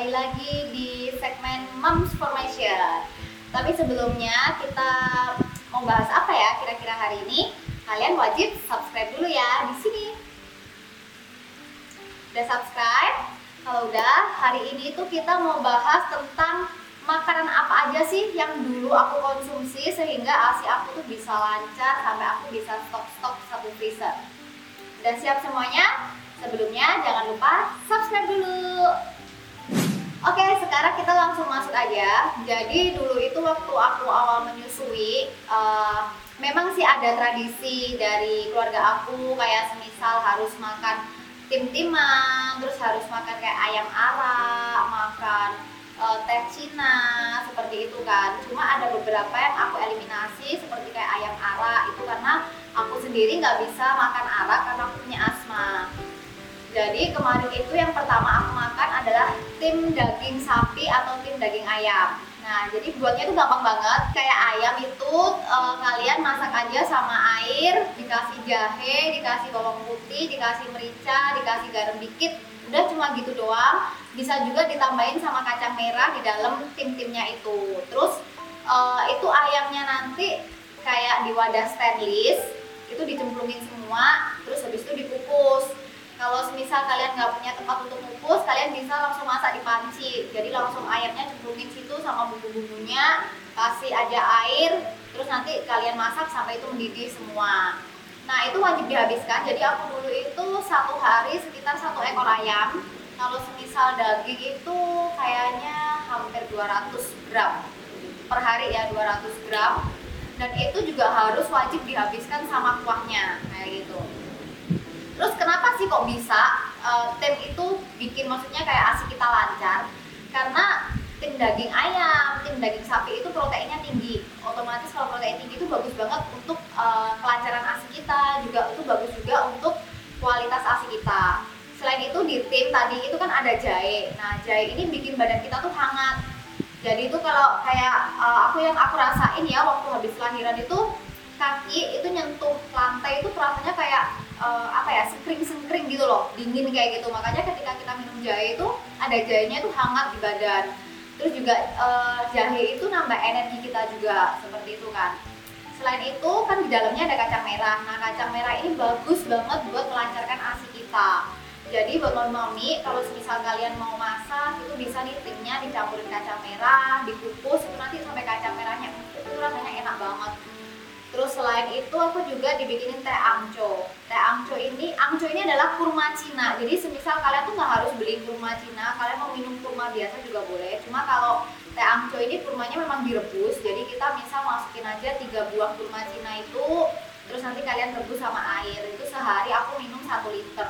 kembali lagi di segmen Moms Formation. Tapi sebelumnya kita mau bahas apa ya kira-kira hari ini? Kalian wajib subscribe dulu ya di sini. Udah subscribe? Kalau udah, hari ini tuh kita mau bahas tentang makanan apa aja sih yang dulu aku konsumsi sehingga ASI aku tuh bisa lancar sampai aku bisa stok satu freezer. Udah siap semuanya? Sebelumnya jangan lupa subscribe dulu. Oke, sekarang kita langsung masuk aja. Jadi dulu itu waktu aku awal menyusui, memang sih ada tradisi dari keluarga aku kayak semisal harus makan tim-timan, terus harus makan kayak ayam arak, makan teh Cina, seperti itu kan. Cuma ada beberapa yang aku eliminasi seperti kayak ayam arak itu karena aku sendiri nggak bisa makan arak karena aku punya asma. Jadi kemarin itu yang pertama aku makan adalah tim daging sapi atau tim daging ayam. Nah, jadi buatnya itu gampang banget. Kayak ayam itu kalian masak aja sama air, dikasih jahe, dikasih bawang putih, dikasih merica, dikasih garam dikit. Udah cuma gitu doang. Bisa juga ditambahin sama kacang merah di dalam tim-timnya itu. Terus itu ayamnya nanti kayak di wadah stainless, itu dicemplungin semua, terus habis itu dikukus. Kalau misal kalian nggak punya tempat untuk kukus, kalian bisa langsung masak di panci. Jadi langsung ayamnya cemplungin situ sama bumbu-bumbunya, kasih aja air, terus nanti kalian masak sampai itu mendidih semua. Nah, itu wajib dihabiskan. Jadi aku dulu itu satu hari sekitar 1 ekor ayam. Kalau semisal daging itu kayaknya hampir 200 gram per hari ya, 200 gram. Dan itu juga harus wajib dihabiskan sama kuahnya kayak gitu. Terus kenapa sih kok bisa tim itu bikin maksudnya kayak ASI kita lancar? Karena tim daging ayam, tim daging sapi itu proteinnya tinggi. Otomatis kalau protein tinggi itu bagus banget untuk kelancaran ASI kita, juga itu bagus juga untuk kualitas ASI kita. Selain itu di tim tadi itu kan ada jahe. Nah, jahe ini bikin badan kita tuh hangat. Jadi itu kalau kayak aku rasain ya waktu habis lahiran itu kaki itu nyentuh lantai itu rasanya kayak sengkring gitu loh, dingin kayak gitu. Makanya ketika kita minum jahe itu ada jahenya itu hangat di badan. Terus juga jahe itu nambah energi kita juga seperti itu kan. Selain itu kan di dalamnya ada kacang merah. Nah, kacang merah ini bagus banget buat melancarkan ASI kita. Jadi buat mami, kalau misal kalian mau masak itu bisa nih timnya dicampurin kacang merah, dikukus itu nanti sampai kacang merahnya itu rasanya enak banget. Terus selain itu aku juga dibikinin teh angco. Angco ini adalah kurma Cina. Jadi semisal kalian tuh nggak harus beli kurma Cina, kalian mau minum kurma biasa juga boleh. Cuma kalau teh angco ini kurmanya memang direbus. Jadi kita misal masukin aja 3 buah kurma Cina itu, terus nanti kalian rebus sama air. Itu sehari aku minum 1 liter.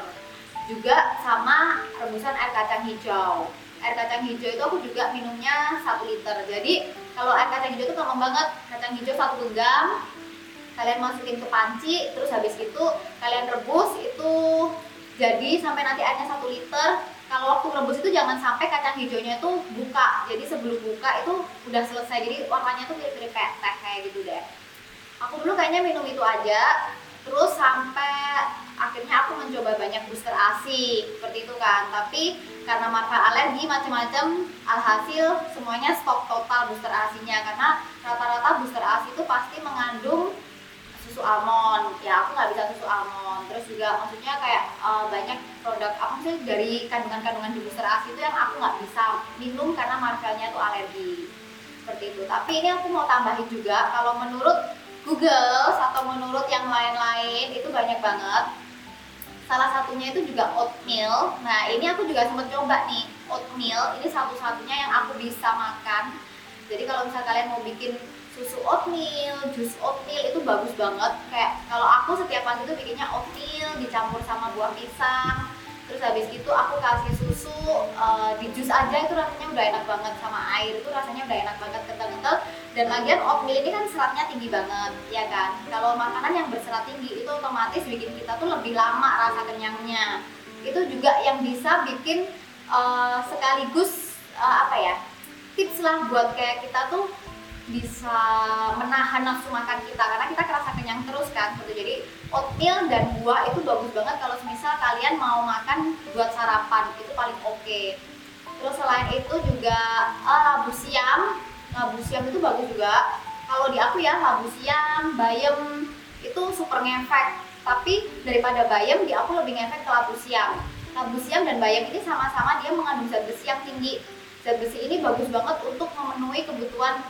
Juga sama rebusan air kacang hijau. Air kacang hijau itu aku juga minumnya 1 liter. Jadi kalau air kacang hijau itu gampang banget. Kacang hijau 1 genggam, kalian masukin ke panci, terus habis itu kalian rebus itu jadi sampai nanti airnya 1 liter. Kalau waktu rebus itu jangan sampai kacang hijaunya itu buka. Jadi sebelum buka itu udah selesai. Jadi warnanya tuh mirip-mirip kayak teh kayak gitu deh. Aku dulu kayaknya minum itu aja. Terus sampai akhirnya aku mencoba banyak booster ASI seperti itu kan. Tapi karena marka alergi macam-macam, alhasil semuanya stop total booster ASI-nya karena rata-rata booster ASI itu pasti mengandung susu almond. Ya aku nggak bisa susu almond. Terus juga maksudnya kayak banyak produk apa sih dari kandungan-kandungan di booster ASI itu yang aku nggak bisa minum karena markanya tuh alergi seperti itu. Tapi ini aku mau tambahin juga kalau menurut Google atau menurut yang lain-lain itu banyak banget. Salah satunya itu juga oatmeal. Nah, ini aku juga sempat coba nih oatmeal. Ini satu-satunya yang aku bisa makan. Jadi kalau misal kalian mau bikin susu oatmeal, jus oatmeal itu bagus banget. Kayak kalau aku setiap pagi itu bikinnya oatmeal dicampur sama buah pisang. Terus habis itu aku kasih susu di jus aja itu rasanya udah enak banget, sama air itu rasanya udah enak banget, kental-kental. Dan lagian oatmeal ini kan seratnya tinggi banget, ya kan? Kalau makanan yang berserat tinggi itu otomatis bikin kita tuh lebih lama rasa kenyangnya. Itu juga yang bisa bikin sekaligus tips lah buat kayak kita tuh bisa menahan nafsu makan kita karena kita kerasa kenyang terus kan gitu. Jadi oatmeal dan buah itu bagus banget kalau misal kalian mau makan buat sarapan, itu paling oke. Terus selain itu juga labu siam. Labu siam itu bagus juga. Kalau di aku ya, labu siam, bayam itu super ngefek. Tapi daripada bayam, di aku lebih ngefek ke labu siam. Labu siam dan bayam ini sama-sama dia mengandung zat besi yang tinggi. Zat besi ini bagus banget untuk memenuhi kebutuhan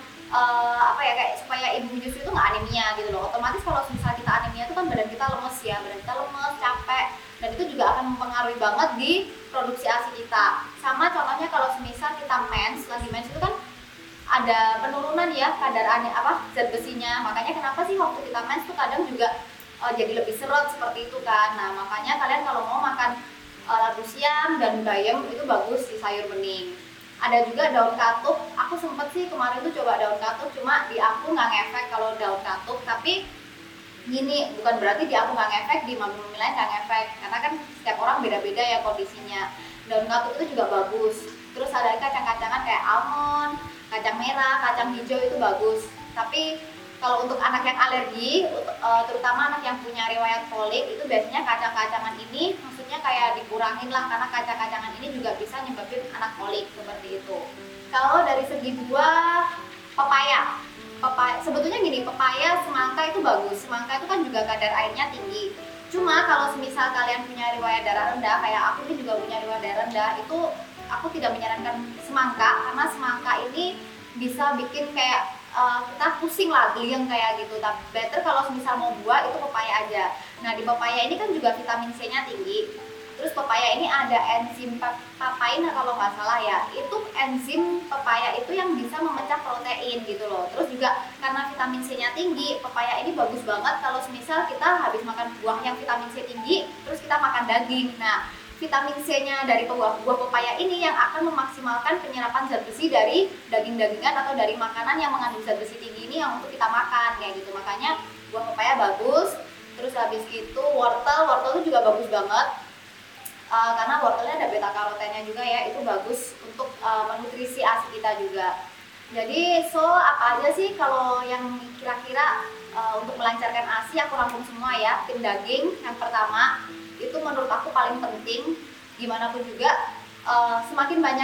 kayak supaya ibu menyusui itu nggak anemia gitu loh. Otomatis kalau misalnya kita anemia itu kan badan kita lemes ya, badan kita lemes, capek, dan itu juga akan mempengaruhi banget di produksi ASI kita. Sama contohnya kalau semisal kita mens, lagi mens itu kan ada penurunan ya kadar zat besinya. Makanya kenapa sih waktu kita mens tuh kadang juga jadi lebih seret seperti itu kan. Nah makanya kalian kalau mau makan labu siam dan bayam itu bagus di sayur bening. Ada juga daun katuk. Aku sempet sih kemarin tuh coba daun katuk, cuma di aku nggak ngefek kalau daun katuk. Tapi gini, bukan berarti di aku nggak ngefek, di mami-mami lain nggak ngefek, karena kan setiap orang beda-beda ya kondisinya. Daun katuk itu juga bagus. Terus ada kacang-kacangan kayak almond, kacang merah, kacang hijau itu bagus. Tapi kalau untuk anak yang alergi, terutama anak yang punya riwayat kolik, itu biasanya kacang-kacangan ini maksudnya kayak dikurangin lah, karena kacang-kacangan ini juga bisa nyebabin anak kolik seperti itu. Kalau dari segi buah, pepaya sebetulnya gini, pepaya, semangka itu bagus. Semangka itu kan juga kadar airnya tinggi. Cuma kalau semisal kalian punya riwayat darah rendah, kayak aku ini juga punya riwayat darah rendah, itu aku tidak menyarankan semangka, karena semangka ini bisa bikin kayak kita pusing lah, geliang kayak gitu. Tapi better kalau misal mau buah itu pepaya aja. Nah di pepaya ini kan juga vitamin C nya tinggi. Terus pepaya ini ada enzim papain kalau nggak salah ya. Itu enzim pepaya itu yang bisa memecah protein gitu loh. Terus juga karena vitamin C nya tinggi, pepaya ini bagus banget kalau misal kita habis makan buah yang vitamin C tinggi, terus kita makan daging. Nah vitamin C-nya dari buah pepaya ini yang akan memaksimalkan penyerapan zat besi dari daging-dagingan atau dari makanan yang mengandung zat besi tinggi ini yang untuk kita makan kayak gitu. Makanya buah pepaya bagus. Terus habis itu wortel itu juga bagus banget, karena wortelnya ada beta karotennya juga ya, itu bagus untuk menutrisi ASI kita juga. Jadi apa aja sih kalau yang kira-kira untuk melancarkan ASI, aku rangkum semua ya. Tim daging yang pertama itu menurut aku paling penting. Gimana pun juga semakin banyak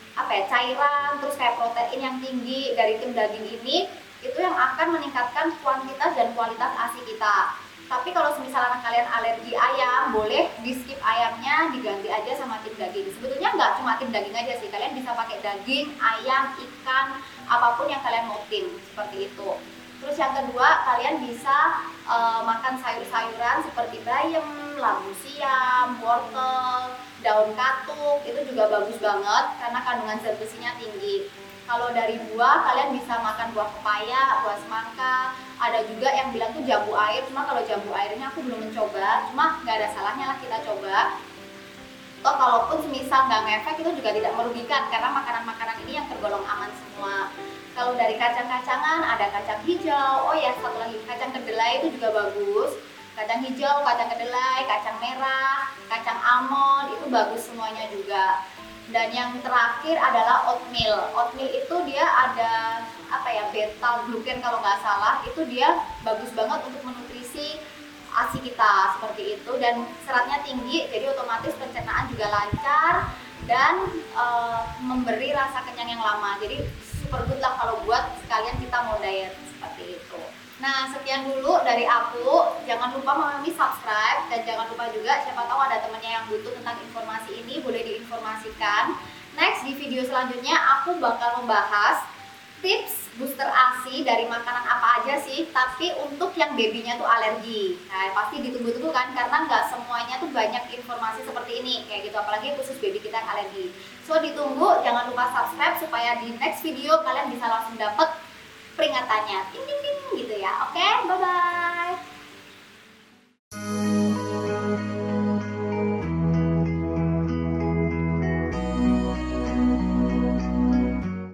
cairan terus kayak protein yang tinggi dari tim daging ini, itu yang akan meningkatkan kuantitas dan kualitas ASI kita. Tapi kalau misalnya kalian alergi ayam, boleh di skip ayamnya, diganti aja sama tim daging. Sebetulnya nggak cuma tim daging aja sih, kalian bisa pakai daging, ayam, ikan, apapun yang kalian mau tim seperti itu. Terus yang kedua, kalian bisa makan sayur-sayuran seperti bayam, labu siam, wortel, daun katuk, itu juga bagus banget karena kandungan zat besinya tinggi. Kalau dari buah, kalian bisa makan buah pepaya, buah semangka. Ada juga yang bilang tuh jambu air, cuma kalau jambu airnya aku belum mencoba, cuma nggak ada salahnya lah kita coba. Toh kalaupun semisal nggak ngefek, itu juga tidak merugikan karena makanan-makanan ini yang tergolong aman semua. Kalau dari kacang-kacangan ada kacang hijau, oh ya satu lagi, kacang kedelai itu juga bagus. Kacang hijau, kacang kedelai, kacang merah, kacang almond itu bagus semuanya juga. Dan yang terakhir adalah oatmeal. Oatmeal itu dia ada beta glucan kalau nggak salah, itu dia bagus banget untuk menutrisi ASI kita seperti itu, dan seratnya tinggi, jadi otomatis pencernaan juga lancar dan memberi rasa kenyang yang lama. Jadi super good lah kalau buat sekalian kita mau diet seperti itu. Nah sekian dulu dari aku. Jangan lupa mami subscribe, dan jangan lupa juga siapa tahu ada temennya yang butuh tentang informasi ini, boleh diinformasikan. Next di video selanjutnya aku bakal membahas tips booster ASI dari makanan apa aja sih, tapi untuk yang babynya tuh alergi. Nah pasti ditunggu-tunggu kan, karena nggak semuanya tuh banyak informasi seperti ini kayak gitu, apalagi khusus baby kita yang alergi. So ditunggu, jangan lupa subscribe supaya di next video kalian bisa langsung dapet peringatannya, ting ting ting gitu ya. Oke, bye bye.